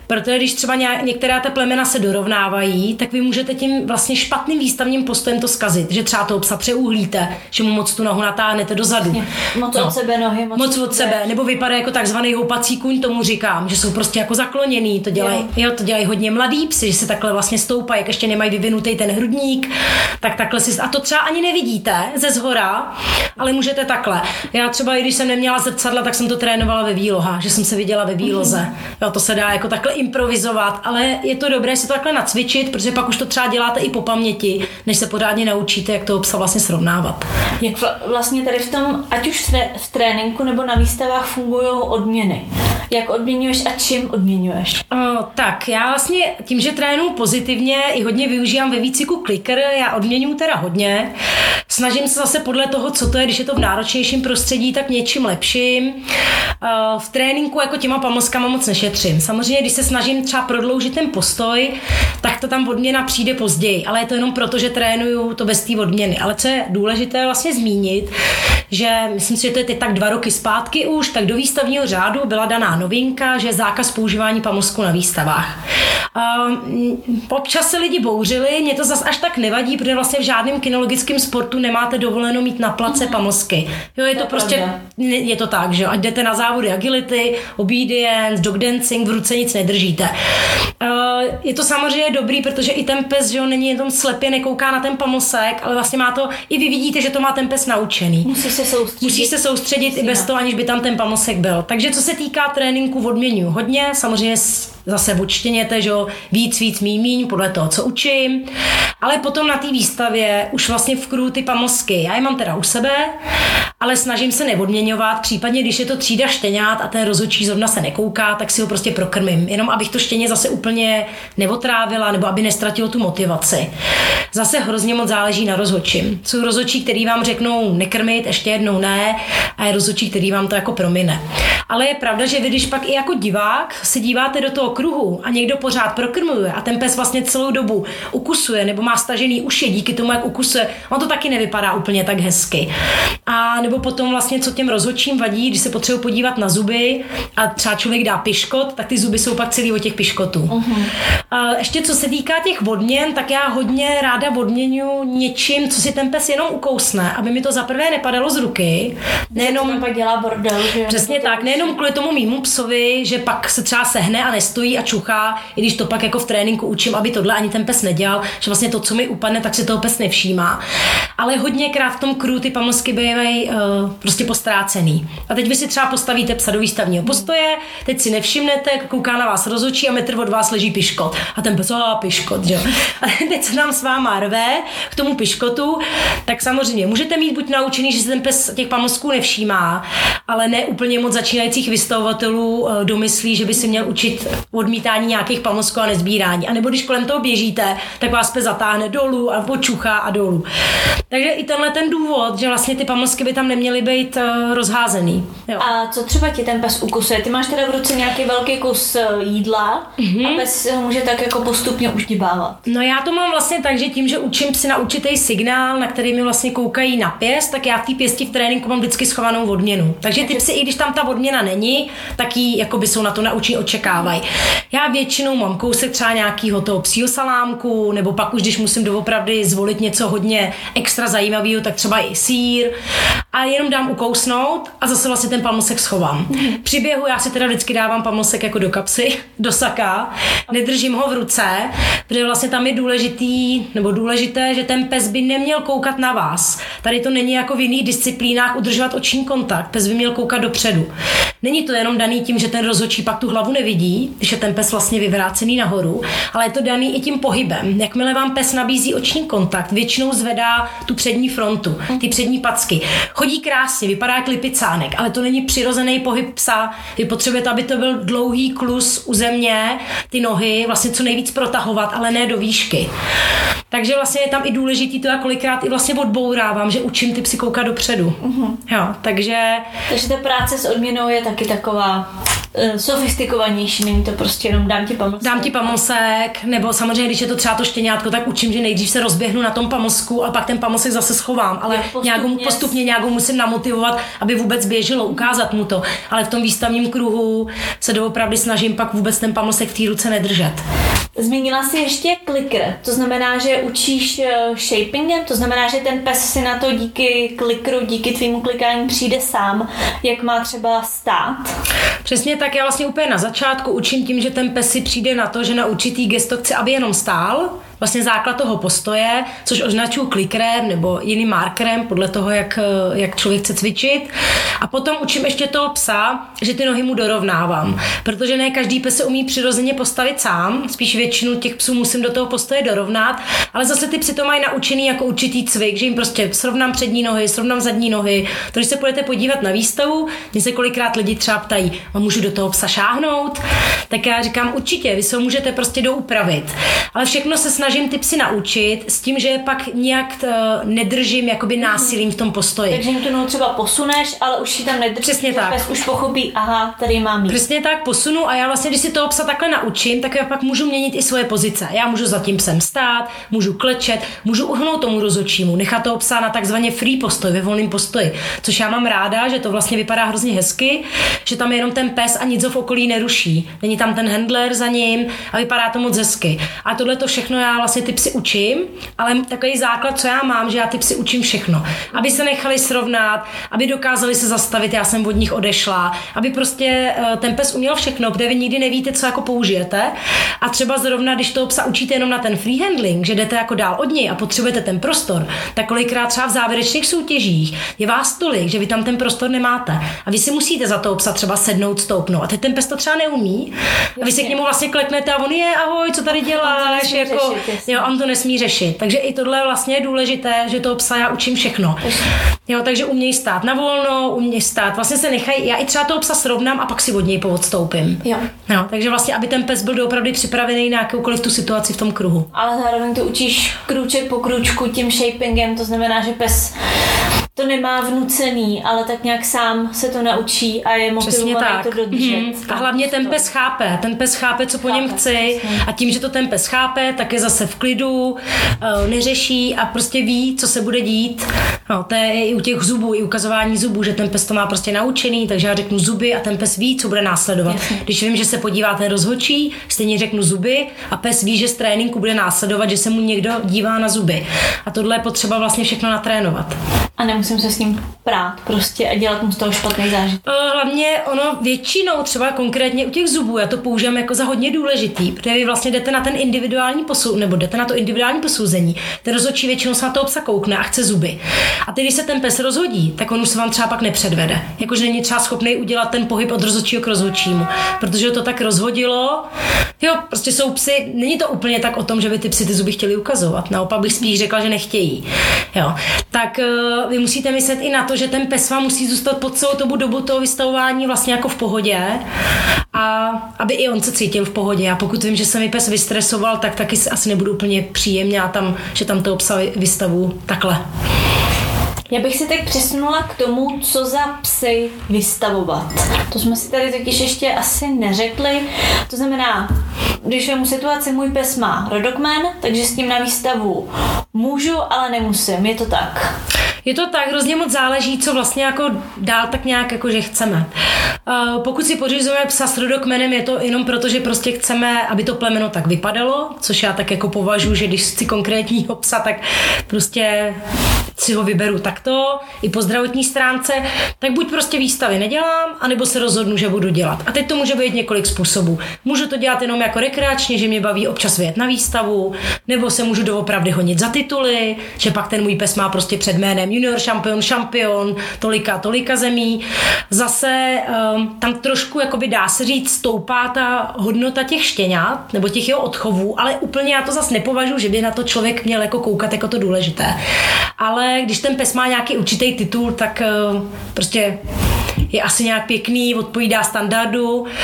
S2: Protože když třeba některá ta plemena se dorovnávají, tak vy můžete tím vlastně špatným výstavním postojem to zkazit, že třeba toho psa přeuhlíte, že mu moc tu nohu natáhnete dozadu.
S1: Moc od sebe nohy,
S2: moc od sebe, nebo vypadá jako takzvaný houpací kůň, tomu říkám, že jsou prostě jako zakloněný, to dělají hodně mladý psy, že se takhle vlastně stoupají, jak ještě nemají vyvinutý ten hrudník, tak takhle si, a to třeba ani nevidíte ze zhora, ale můžete takhle. Já třeba, i když jsem neměla zrcadla, tak jsem to trénovala ve výlohách, že jsem se viděla ve výloze. Jo, to se dá jako takhle improvizovat, ale je to dobré si to takhle nacvičit, protože pak už to třeba děláte i po paměti, než se pořádně naučíte, jak toho psa vlastně srovnávat.
S1: Jak vlastně tady v tom, ať už v tréninku nebo na výstavách fungují odměny. Jak odměňuješ a čím odměňuješ?
S2: Tak já vlastně tím, že trénuju pozitivně, i hodně využívám ve výcviku clicker, já odměňuju teda hodně. Snažím se zase podle toho, co to je, když je to v náročnějším prostředí, tak něčím lepším. V tréninku jako těma pamlskama moc nešetřím. Samozřejmě, když se snažím třeba prodloužit ten postoj, tak to tam odměna přijde později, ale je to jenom proto, že trénuju to bez té odměny. Ale co je důležité vlastně zmínit, že myslím si, že to je teď tak 2 roky zpátky už, tak do výstavního řádu byla daná novinka, že je zákaz používání pamlsku na výstavách. Občas se lidi bouřili, mě to zas až tak nevadí, protože vlastně v žádném kinologickém sportu nemáte dovoleno mít na place pamlsky. Jo, je to prostě, je to tak, že ať jdete na závody agility, obedience, dog dancing, v ruce nic nedržíte. Je to samozřejmě dobrý, protože i ten pes, že on není jenom slepě, nekouká na ten pamlsek, ale vlastně má to, i vy vidíte, že to má ten pes naučený. Musí se soustředit i bez toho, aniž by tam ten pamlsek byl. Takže co se týká tréninku, odměňuji hodně, samozřejmě zase odštěněte, že víc, míň, podle toho, co učím. Ale potom na té výstavě už vlastně vkruju ty pamlsky. Já je mám teda u sebe, ale snažím se neodměňovat. Případně, když je to třída štěňat a ten rozhodčí zrovna se nekouká, tak si ho prostě prokrmím. Jenom abych to štěně zase úplně neotrávila, nebo aby nestratilo tu motivaci. Zase hrozně moc záleží na rozhodčím. Jsou rozhodčí, který vám řeknou nekrmit, ještě jednou ne, a je rozhodčí, který vám to jako promine. Ale je pravda, že vy, když pak i jako divák se díváte do toho kruhu a někdo pořád prokrmuje a ten pes vlastně celou dobu ukusuje nebo má stažený uši díky tomu, jak ukusuje, on to taky nevypadá úplně tak hezky. A nebo potom vlastně, co těm rozhodčím vadí, když se potřebují podívat na zuby a třeba člověk dá piškot, tak ty zuby jsou pak celý od těch piškotů. A ještě co se týká těch odměn, tak já hodně ráda odměňuji něčím, co si ten pes jenom ukousne, aby mi to zaprvé nepadalo z ruky.
S1: Nejenom pak dělá bordel, že?
S2: Přesně tak, nejenom kvůli tomu mýmu psovi, že pak se třeba sehne a nestojí a čuchá, i když to pak jako v tréninku učím, aby tohle ani ten pes nedělal, že vlastně to, co mi upadne, tak se toho pes nevšímá. Ale hodněkrát v tom kruhu ty pamlsky bývají prostě postrácený. A teď vy si třeba postavíte psa do výstavního postoje, teď si nevšimnete, kouká na vás rozhodčí a metr od vás leží piškot. A ten pes, piškot, že jo. A teď se nám s váma rve k tomu piškotu, tak samozřejmě můžete mít buď naučený, že se ten pes těch pamlsků nevšímá, ale ne úplně moc začínajících vystavovatelů domyslí, že by si měl učit odmítání nějakých pamlsků a nezbírání. A nebo když kolem toho běžíte, tak vás pes zatáhne dolů a počuchá a dolů. Takže i tenhle ten důvod, že vlastně ty pamlsky by tam neměly být rozházený. Jo.
S1: A co třeba ti ten pes ukusuje? Ty máš teda v ruce nějaký velký kus jídla a pes ho může tak jako postupně uždibávat.
S2: No já to mám vlastně tak, že tím, že učím psy na určitý signál, na který mi vlastně koukají na pěst, tak já v té pěsti v tréninku mám vždycky schovanou odměnu. Takže ty psy, i když tam ta odměna není, tak jí jakoby jsou na to naučení, očekávají. Já většinou mám kousek třeba nějakého toho psího salámku, nebo pak už, když musím doopravdy zvolit něco hodně extra zajímavého, tak třeba i sýr. A jenom dám ukousnout a zase vlastně ten pamlsek schovám. Při běhu já si teda vždycky dávám pamlsek jako do kapsy, do saka, nedržím ho v ruce, protože vlastně tam je důležité, že ten pes by neměl koukat na vás. Tady to není jako v jiných disciplínách udržovat oční kontakt, pes by měl koukat dopředu. Není to jenom daný tím, že ten rozhodčí pak tu hlavu nevidí, když je ten pes vlastně vyvrácený nahoru, ale je to daný i tím pohybem. Jakmile vám pes nabízí oční kontakt, většinou zvedá tu přední frontu, ty přední packy. Chodí krásně, vypadá jak lipicánek, ale to není přirozený pohyb psa. Vy potřebujete, aby to byl dlouhý klus u země, ty nohy vlastně co nejvíc protahovat, ale ne do výšky. Takže vlastně je tam i důležitý to, já kolikrát i vlastně odbourávám, že učím ty psy koukat dopředu. Jo, takže
S1: ta práce s odměnou je taky taková sofistikovanější, není to prostě jenom dám ti pamlsek,
S2: nebo samozřejmě, když je to třeba to štěňátko, tak učím, že nejdřív se rozběhnu na tom pamlsku a pak ten pamlsek zase schovám, ale postupně nějakou musím namotivovat, aby vůbec běželo, ukázat mu to, ale v tom výstavním kruhu se doopravdy snažím pak vůbec ten pamlsek v té ruce nedržet.
S1: Zmínila jsi ještě klikr, to znamená, že učíš shapingem, to znamená, že ten pes si na to díky klikru, díky tvýmu klikání přijde sám, jak má třeba stát.
S2: Přesně tak, já vlastně úplně na začátku učím tím, že ten pes si přijde na to, že na určitý gesto chce, aby jenom stál, vlastně základ toho postoje, což označuju klikrem nebo jiným markerem, podle toho, jak člověk chce cvičit. A potom učím ještě toho psa, že ty nohy mu dorovnávám, protože ne každý pes se umí přirozeně postavit sám, spíš většinu těch psů musím do toho postoje dorovnat, ale zase ty psi to mají naučený jako určitý cvik, že jim prostě srovnám přední nohy, srovnám zadní nohy. To, když se půjdete podívat na výstavu, mě se kolikrát lidi třeba ptají, a můžu do toho psa šáhnout? Tak já říkám, určitě, vy se ho můžete prostě doupravit. Ale všechno se snažím ty psy naučit s tím, že je pak nějak nedržím jakoby násilím v tom postoji.
S1: Takže jim tu nohu třeba posuneš, ale už ji tam nedržíš.
S2: Přesně tak.
S1: Pes už pochopí, aha, tady mám jít.
S2: Přesně tak, posunu a já vlastně, když si toho psa takhle naučím, tak já pak můžu měnit i svoje pozice. Já můžu za tím psem stát, můžu klečet, můžu uhnout tomu rozhodčímu, nechat toho psa na takzvaně free postoj, ve volném postoji, což já mám ráda, že to vlastně vypadá hrozně hezky, že tam je jenom ten pes a nic ho v okolí neruší. Není tam ten handler za ním a vypadá to moc hezky. A tohle to všechno já vlastně ty psy učím, ale takový základ, co já mám, že já ty psy učím všechno. Aby se nechali srovnat, aby dokázali se zastavit, já jsem od nich odešla, aby prostě ten pes uměl všechno, protože vy nikdy nevíte, co jako použijete. A třeba zrovna, když toho psa učíte jenom na ten freehandling, že jdete jako dál od něj a potřebujete ten prostor, tak kolikrát třeba v závěrečných soutěžích je vás tolik, že vy tam ten prostor nemáte. A vy si musíte za toho psa třeba sednout, stoupnout. A teď ten pes to třeba neumí. A vy se k němu vlastně kleknete a on je, ahoj, co tady děláš? Jako, jo, on to nesmí řešit. Takže i tohle vlastně je důležité, že toho psa já učím všechno. Jo, takže umějí stát na volno, umějí stát. Vlastně se nechají, já i třeba toho psa srovnám a pak si od něj poodstoupím.
S1: Jo.
S2: Jo, takže vlastně, aby ten pes byl doopravdy připravený na jakoukoliv tu situaci v tom kruhu.
S1: Ale zároveň to učíš krůček po krůčku tím shapingem, to znamená, že pes to nemá vnucený, ale tak nějak sám se to naučí a je motivovaný to dodržet.
S2: A hlavně ten pes chápe, co po něm chci a tím, že to ten pes chápe, tak je zase v klidu, neřeší a prostě ví, co se bude dít. No, to je i u těch zubů, i ukazování zubů, že ten pes to má prostě naučený, takže já řeknu zuby a ten pes ví, co bude následovat. Jasně. Když vím, že se podívá ten rozhodčí, stejně řeknu zuby a pes ví, že z tréninku bude následovat, že se mu někdo dívá na zuby. A tohle je potřeba vlastně všechno natrénovat.
S1: A nemusím se s ním prát prostě a dělat mu z toho špatný zážitek.
S2: Hlavně ono většinou třeba konkrétně u těch zubů, já to používám jako za hodně důležitý, protože vy vlastně jdete na ten individuální nebo jdete na to individuální posouzení. Ten rozhodčí většinou se na toho psa koukne a chce zuby. A teď, když se ten pes rozhodí, tak on už se vám třeba pak nepředvede. Jakože není třeba schopný udělat ten pohyb od rozhodčího k rozhodčímu, protože to tak rozhodilo. Jo, prostě jsou psy, není to úplně tak o tom, že by ty psy ty zuby chtěli ukazovat. Naopak bych spíš řekla, že nechtějí. Jo. Tak vy musíte myslet i na to, že ten pes vám musí zůstat po celou dobu toho vystavování vlastně jako v pohodě a aby i on se cítil v pohodě. A pokud vím, že se mi pes vystresoval, tak taky asi nebudu úplně příjemně a že tam toho psa vystavu takhle.
S1: Já bych si teď přesunula k tomu, co za psy vystavovat. To jsme si tady totiž ještě asi neřekli. To znamená, když vemu situaci, můj pes má rodokmen, takže s tím na výstavu můžu, ale nemusím. Je to tak?
S2: Je to tak, hrozně moc záleží, co vlastně jako dál tak nějak jako, že chceme. Pokud si pořizujeme psa s rodokmenem, je to jenom proto, že prostě chceme, aby to plemeno tak vypadalo, což já tak jako považuji, že když chci konkrétního psa, tak prostě si ho vyberu takto, i po zdravotní stránce, tak buď prostě výstavy nedělám, anebo se rozhodnu, že budu dělat. A teď to může být několik způsobů. Můžu to dělat jenom jako rekreačně, že mě baví občas vyjet na výstavu, nebo se můžu doopravdy honit za tituly, že pak ten můj pes má prostě před jménem junior šampion, tolika zemí. Zase tam trošku, jakoby dá se říct, stoupá ta hodnota těch štěňat, nebo těch jeho odchovů, ale úplně já to zase nepovažuji, že by na to člověk měl jako koukat jako to důležité. Ale když ten pes má nějaký určitý titul, tak prostě je asi nějak pěkný, odpovídá standardu,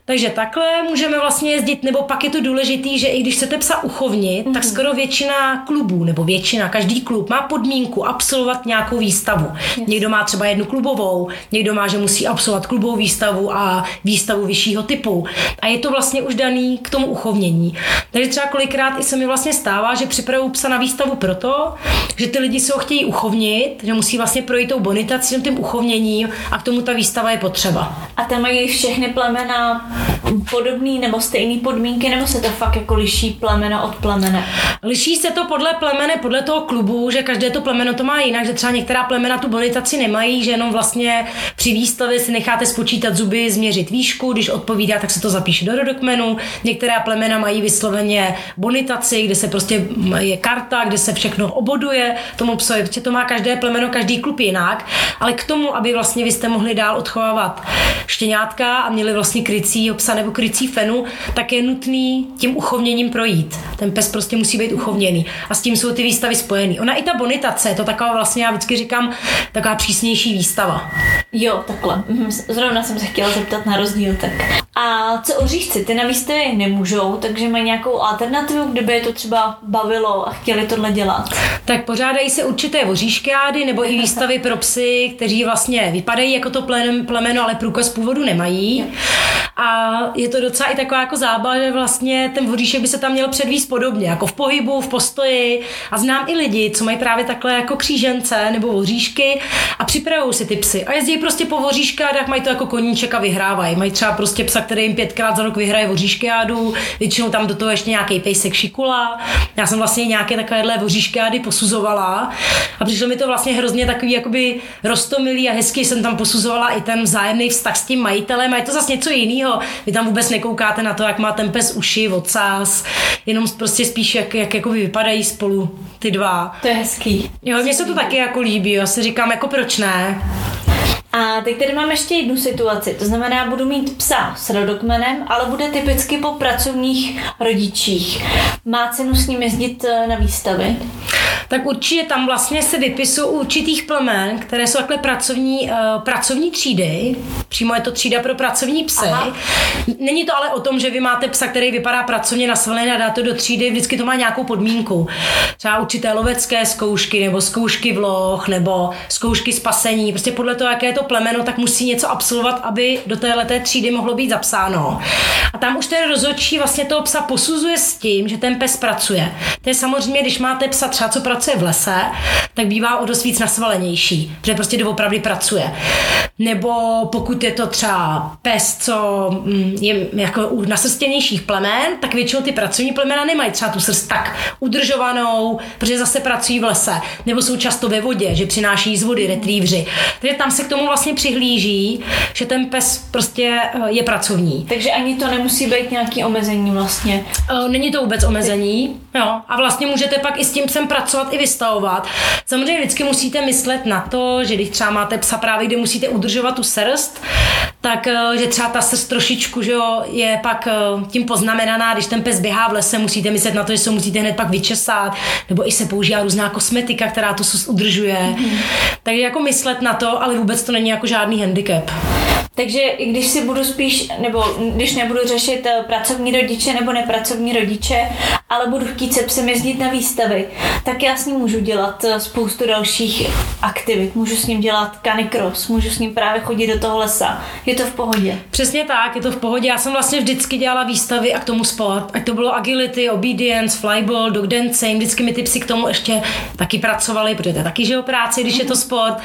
S2: Takže takhle můžeme vlastně jezdit, nebo pak je to důležitý, že i když chcete psa uchovnit, tak skoro většina klubů, nebo každý klub má podmínku absolvovat nějakou výstavu. Někdo má třeba jednu klubovou, někdo má, že musí absolvovat klubovou výstavu a výstavu vyššího typu. A je to vlastně už daný k tomu uchovnění. Takže třeba kolikrát i se mi vlastně stává, že připravuju psa na výstavu proto, že ty lidi se ho chtějí uchovnit, že musí vlastně projít tou bonitací, tím uchovněním a k tomu ta výstava je potřeba.
S1: A tam mají všechny plemena podobný nebo stejný podmínky, nebo se to fakt jako liší plemena od plemene?
S2: Liší se to podle plemene, podle toho klubu, že každé to plemeno to má jinak, že třeba některá plemena tu bonitaci nemají, že jenom vlastně při výstavě si necháte spočítat zuby, změřit výšku, když odpovídá, tak se to zapíše do rodokmenu. Některá plemena mají vysloveně bonitaci, kde se prostě je karta, kde se všechno oboduje tomu psovi, protože to má každé plemeno, každý klub jinak, ale k tomu, aby vlastně vy jste mohli dál odchovávat štěňátka a měli vlastně krycího psa nebo krycí fenu, tak je nutný tím uchovněním projít. Ten pes prostě musí být uchovněný a s tím jsou ty výstavy spojený. Ona i ta bonitace, je to taková vlastně, já vždycky říkám, taková přísnější výstava.
S1: Jo, takhle. Zrovna jsem se chtěla zeptat na rozdíl, tak. A co oříšci? Ty na výstavě nemůžou, takže mají nějakou alternativu, kdyby je to třeba bavilo a chtěli tohle dělat?
S2: Tak pořádají se určité oříškády nebo i výstavy pro psy, kteří vlastně vypadají jako to plemeno, ale průkaz původu nemají. Jo. A je to docela i taková jako zábava, že vlastně ten voříšek by se tam měl předvíst podobně, jako v pohybu, v postoji. A znám i lidi, co mají právě takhle jako křížence nebo voříšky a připravují si ty psy. A jezdí prostě po voříškádách, mají to jako koníček a vyhrávají. Mají třeba prostě psa, který jim 5krát za rok vyhraje voříškádu, většinou tam do toho ještě nějaký pejsek šikula. Já jsem vlastně nějaké takovéhle voříškády posuzovala a přišlo mi to vlastně hrozně takový jakoby roztomilý a hezky jsem tam posuzovala i ten vzájemný vztah s tím majitelem a je to zase něco jiného. Vy tam vůbec nekoukáte na to, jak má ten pes uši, ocas, jenom prostě spíš jak jako vypadají spolu ty dva.
S1: To je hezký.
S2: Jo, mně se to taky jako líbí, já si říkám, jako proč ne?
S1: A teď tady mám ještě jednu situaci, to znamená, budu mít psa s rodokmenem, ale bude typicky po pracovních rodičích. Má cenu s ním jezdit na výstavy?
S2: Tak určitě tam vlastně se vypisují určitých plemen, které jsou takhle pracovní třídy. Přímo je to třída pro pracovní psy. Aha. Není to ale o tom, že vy máte psa, který vypadá pracovně nasvalený a dáte do třídy, vždycky to má nějakou podmínku. Třeba určité lovecké zkoušky, nebo zkoušky vloh, nebo zkoušky spasení. Prostě podle toho, jaké je to plemeno, tak musí něco absolvovat, aby do téhleté třídy mohlo být zapsáno. A tam už ten rozhodčí vlastně toho psa posuzuje s tím, že ten pes pracuje. To je samozřejmě, když máte psa třeba, co pracuje v lese, tak bývá o dost víc nasvalenější, protože prostě doopravdy pracuje. Nebo pokud je to třeba pes, co je jako u nasrstěnějších plemen, tak většinou ty pracovní plemena nemají třeba tu srst tak udržovanou, protože zase pracují v lese. Nebo jsou často ve vodě, že přináší z vody retrievři. Takže tam se k tomu vlastně přihlíží, že ten pes prostě je pracovní.
S1: Takže ani to nemusí být nějaký omezení vlastně.
S2: Není to vůbec omezení. Jo. A vlastně můžete pak i s tím psem pracovat i vystavovat. Samozřejmě vždycky musíte myslet na to, že když třeba máte psa právě, kde musíte udržovat tu srst, tak že třeba ta srst trošičku, že jo, je pak tím poznamenaná, když ten pes běhá v lese, musíte myslet na to, že se musíte hned pak vyčesat, nebo i se používá různá kosmetika, která tu srst udržuje. Takže jako myslet na to, ale vůbec to není jako žádný handicap.
S1: Takže i když si budu spíš, nebo když nebudu řešit pracovní rodiče nebo nepracovní rodiče, ale budu chtít se psem jezdit na výstavy, tak já s ním můžu dělat spoustu dalších aktivit. Můžu s ním dělat canicross, můžu s ním právě chodit do toho lesa. Je to v pohodě?
S2: Přesně tak, je to v pohodě. Já jsem vlastně vždycky dělala výstavy a k tomu sport. Ať to bylo agility, obedience, flyball, dog dancing, vždycky mi ty psy k tomu ještě taky pracovali, protože to je taky, že jo, práce, když je to sport.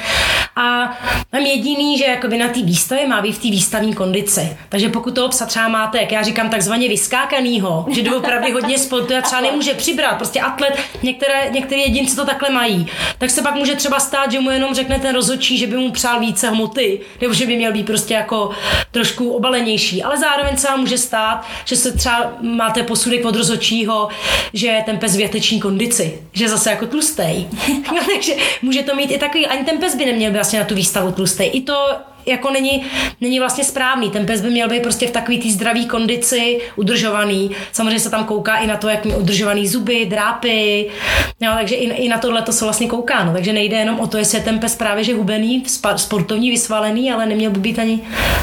S2: A mám jediný, že jakoby na té výstavě má být v té výstavní kondici. Takže pokud toho psa třeba máte, jak já říkám, takzvaně vyskákanýho, že doopravdy hodně sportuje a třeba nemůže přibrat, prostě atlet, některé jedinci to takhle mají, tak se pak může třeba stát, že mu jenom řekne ten rozhodčí, že by mu přál více hmoty, nebo že by měl být prostě jako trošku obalenější. Ale zároveň se vám může stát, že se třeba máte posudek od rozhodčího, že je ten pes v jateční kondici, že je zase jako tlustej. Takže může to mít i takový, ani ten pes by neměl vlastně na tu výstavu tlustej. I to jako není vlastně správný. Ten pes by měl být prostě v takový té zdravý kondici, udržovaný. Samozřejmě se tam kouká i na to, jak má udržovaný zuby, drápy. Jo, takže i na tohle to se vlastně kouká. No. Takže nejde jenom o to, jestli je ten pes právě že hubený, sportovní, vysvalený, ale neměl by být ani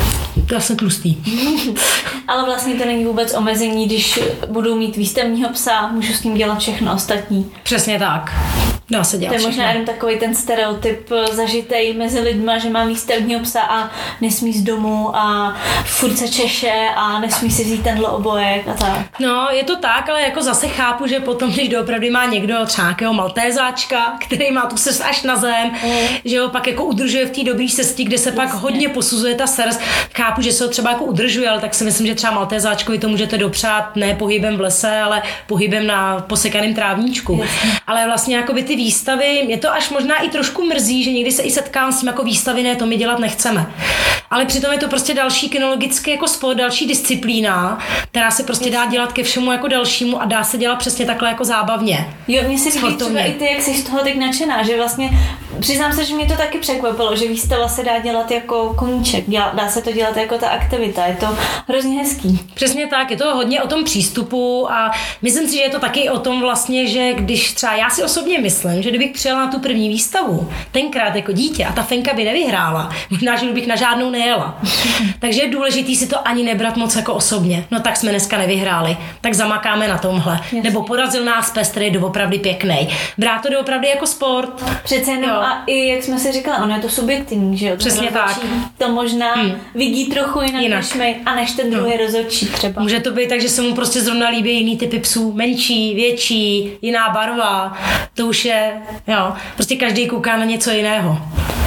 S2: vlastně tlustý.
S1: Ale vlastně to není vůbec omezení, když budu mít výstavního psa, můžu s ním dělat všechno ostatní.
S2: Přesně tak. Dá se dělat
S1: to je možná jenom takový ten stereotyp zažitej mezi lidma, že má výstavního psa a nesmí z domu a furt se češe a nesmí si vzít tenhle obojek a tak.
S2: No, je to tak, ale jako zase chápu, že potom, když doopravdy má někdo třeba nějakého maltézáčka, který má tu srst až na zem, že ho pak jako udržuje v té dobré srsti, kde se pak hodně posuzuje ta srst. Chápu, že se ho třeba jako udržuje, ale tak si myslím, že třeba maltézáčkovi to můžete dopřát ne pohybem v lese, ale pohybem na posekaném trávníčku. Ale vlastně jako by ty výstavy, mě to až možná i trošku mrzí, že někdy se i setkám s tím jako výstavy, ne, to my dělat nechceme. Ale přitom je to prostě další kinologický jako sport, další disciplína, která se prostě dá dělat ke všemu jako dalšímu a dá se dělat přesně takhle jako zábavně.
S1: Jo, mě se líbí třeba i ty, jak jsi z toho teď nadšená, že vlastně přiznám se, že mě to taky překvapilo, že výstava se dá dělat jako koníček, dá se to dělat jako ta aktivita, je to hrozně hezký.
S2: Přesně tak, je to hodně o tom přístupu a myslím si, že je to taky o tom vlastně, že když třeba já si osobně myslím, že kdybych přijela na tu první výstavu, tenkrát jako dítě a ta Fenka by nevyhrála, možná, že bych na žádnou nejela. Takže je důležitý si to ani nebrat moc jako osobně. No tak jsme dneska nevyhráli, tak zamakáme na tomhle. Jasně. Nebo porazil nás pes, který je doopravdy pěknej. Brát to doopravdy jako sport.
S1: Přece jenom a i jak jsme si říkali, ono je to subjektivní, že jo?
S2: Přesně tak.
S1: To možná vidí trochu jinak. Než my a než ten druhý rozhodčí třeba.
S2: Může to být tak, že se mu prostě zrovna líbí jiný typy psů, menší, větší, jiná barva. To už je, jo, prostě každý kouká na něco jiného.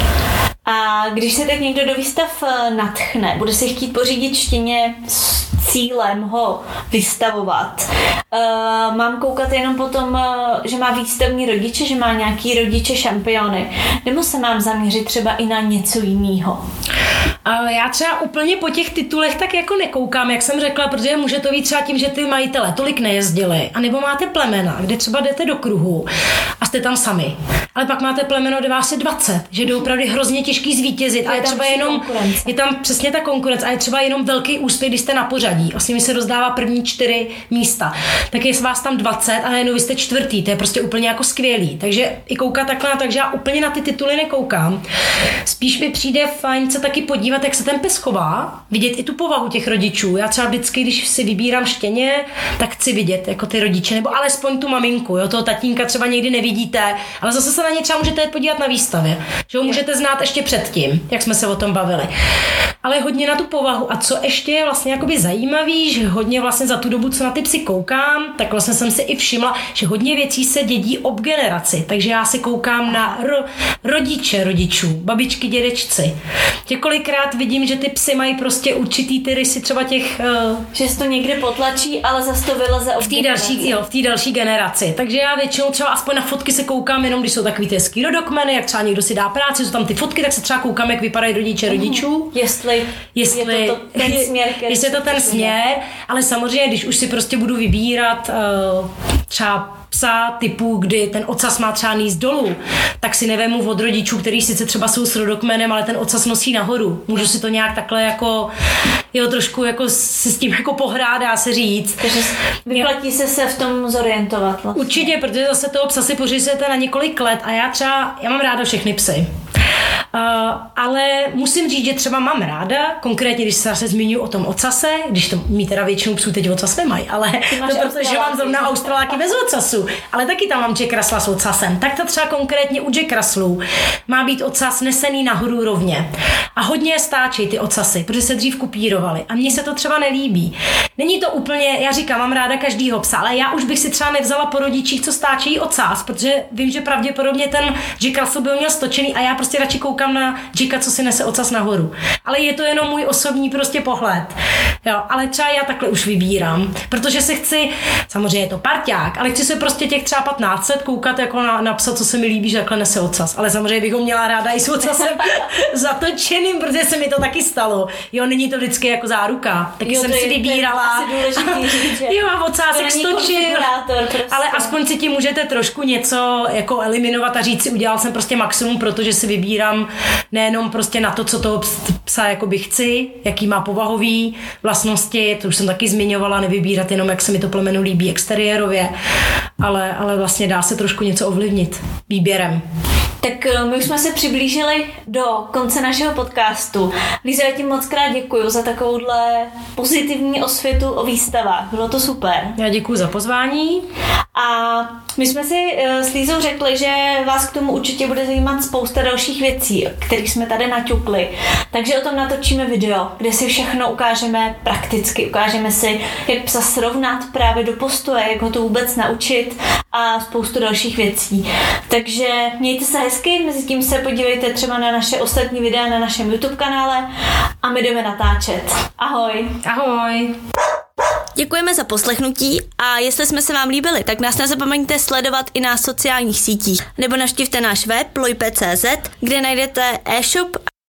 S1: A když se tak někdo do výstav nadchne, bude si chtít pořídit štěně s cílem ho vystavovat. Mám koukat jenom potom, že má výstavní rodiče, že má nějaký rodiče šampiony, nebo se mám zaměřit třeba i na něco jiného?
S2: Já třeba úplně po těch titulech tak jako nekoukám, jak jsem řekla, protože může to být třeba tím, že ty majitele tolik nejezdili, anebo máte plemena, kde třeba jdete do kruhu a jste tam sami. Ale pak máte plemeno, kde vás je 20, že je opravdu hrozně těžký zvítězit a je třeba jenom, je tam přesně ta konkurence a je třeba jenom velký úspěch, když jste na pořadí. Vlastně mi se rozdává první 4 místa. Tak je vás tam 20 a najednou vy jste 4. To je prostě úplně jako skvělý. Takže i koukat takhle, takže já úplně na ty tituly nekoukám. Spíš mi přijde fajn se taky podívat, jak se ten pes chová, vidět i tu povahu těch rodičů. Já třeba vždycky, když si vybírám štěně, tak chci vidět jako ty rodiče, nebo alespoň tu maminku, jo, toho tatínka třeba někdy nevidíte, ale zase se na ně třeba můžete podívat na výstavě, že ho můžete znát ještě předtím, jak jsme se o tom bavili. Ale hodně na tu povahu. A co ještě je vlastně jakoby zajímavý, že hodně vlastně za tu dobu, co na ty psy koukám, tak vlastně jsem si i všimla, že hodně věcí se dědí ob generaci. Takže já se koukám na rodiče rodičů, babičky, dědečci. Kolikrát vidím, že ty psy mají prostě určitý ty rysy třeba těch...
S1: Že se to někde potlačí, ale zase to vyleze ob generaci.
S2: V té další generaci. Takže já většinou třeba aspoň na fotky se koukám jenom, když jsou takový ty hezký rodokmeny, jak třeba někdo si dá práci, jsou tam ty fotky, tak se třeba koukám, jak vypadají rodiče rodičů.
S1: Jestli je to ten směr,
S2: jestli je to ten směr, ale samozřejmě, když už si prostě budu vybírat třeba psa typu, kdy ten ocas má třeba níst dolů, tak si nevemu od rodičů, který sice třeba jsou s rodokmenem, ale ten ocas nosí nahoru. Můžu si to nějak takhle jako, jo, trošku jako si s tím jako pohrát, dá se říct.
S1: Takže vyplatí se v tom zorientovat vlastně.
S2: Určitě, protože zase toho psa si pořizujete na několik let a já mám ráda všechny psy. Ale musím říct, že třeba mám ráda, konkrétně, když se zmiňuji o tom ocase, když to mít teda většinou psů teď ocas nemají, ale to protože mám zrovna Australáky bez ocasu, ale taky tam mám Jack Russella s ocasem, tak to třeba konkrétně u Jack Russellů má být ocas nesený nahoru rovně. A hodně stáčí ty ocasy, protože se dřív kupírovali a mně se to třeba nelíbí. Není to úplně, já říkám, mám ráda každýho psa, ale já už bych si třeba nevzala po rodičích, co stáčejí ocas, protože vím, že pravděpodobně ten Jack Russell byl měl stočený a já prostě radši koukám na Jacka, co si nese ocas nahoru. Ale je to jenom můj osobní prostě pohled. Jo, ale třeba já takhle už vybírám, protože se chci, samozřejmě je to parťák, ale chci se prostě těch třeba 15 let koukat jako na psa, co se mi líbí, že takhle nese ocas. Ale samozřejmě bych ho měla ráda i s ocasem zatočeným, protože se mi to taky stalo. Jo, není to vždycky jako záruka. Taky jsem si vybírala. Jo, a ocásek stočil. Ale aspoň si ti můžete trošku něco jako eliminovat a říct si, udělal jsem prostě maximum, protože si vybírám nejenom prostě na to, co toho psa jakoby chci, jaký má povahový vlastnosti, to už jsem taky zmiňovala, nevybírat jenom, jak se mi to plemeno líbí exteriérově, ale vlastně dá se trošku něco ovlivnit výběrem.
S1: Tak my už jsme se přiblížili do konce našeho podcastu. Lízo, já ti moc krát děkuju za takovouhle pozitivní osvětu o výstavách. Bylo to super.
S2: Já děkuju za pozvání.
S1: A my jsme si s Lízou řekli, že vás k tomu určitě bude zajímat spousta dalších věcí, kterých jsme tady naťukli. Takže o tom natočíme video, kde si všechno ukážeme prakticky. Ukážeme si, jak psa srovnat právě do postoje, jak ho to vůbec naučit a spoustu dalších věcí. Takže mějte se hezky, mezi tím se podívejte třeba na naše ostatní videa na našem YouTube kanále a my jdeme natáčet. Ahoj.
S2: Ahoj.
S1: Děkujeme za poslechnutí a jestli jsme se vám líbili, tak nás nezapomeňte sledovat i na sociálních sítích nebo navštivte náš web lojpe.cz, kde najdete e-shop